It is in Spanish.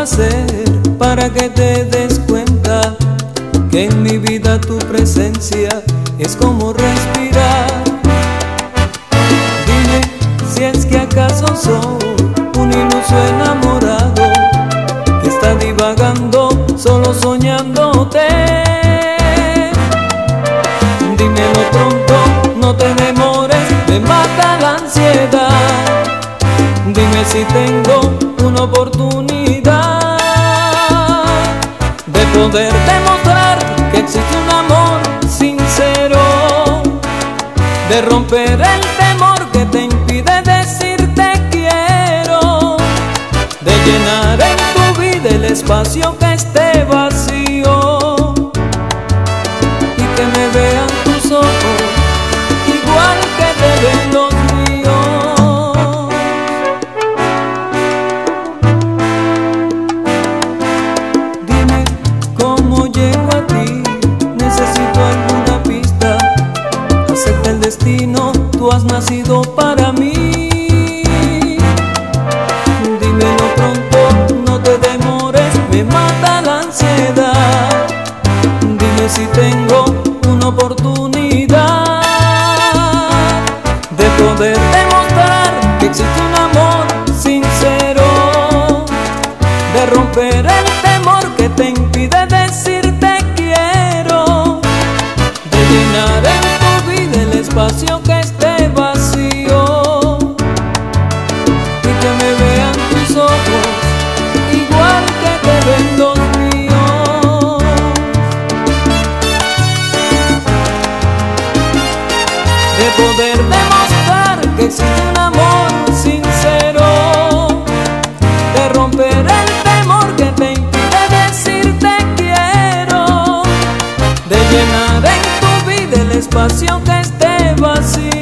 hacer para que te des cuenta que en mi vida tu presencia es como respirar? Dime si es que acaso soy un iluso enamorado que está divagando solo soñándote. Dímelo pronto, no te demores, me mata la ansiedad. Dime si tengo una oportunidad de poder demostrar que existe un amor sincero, de romper el temor que te impide decirte quiero, de llenar en tu vida el espacio que esté vacío y que me vean tus ojos igual que te ven los míos. Dime cómo llego a ti, necesito alguna pista. Acepta el destino, tú has nacido para mí. Dímelo pronto, no te demores, me mata la ansiedad. Dime si tengo una oportunidad de poder demostrar que existe un amor sincero, de romper el temor que te impide decirte quiero, de llenar en tu vida el espacio que esté vacío y que me vean tus ojos igual que te ven los míos. De poder demostrar que existe un amor sincero, de romper el temor que te impide decirte quiero, de llenar en tu vida el espacio que esté vacío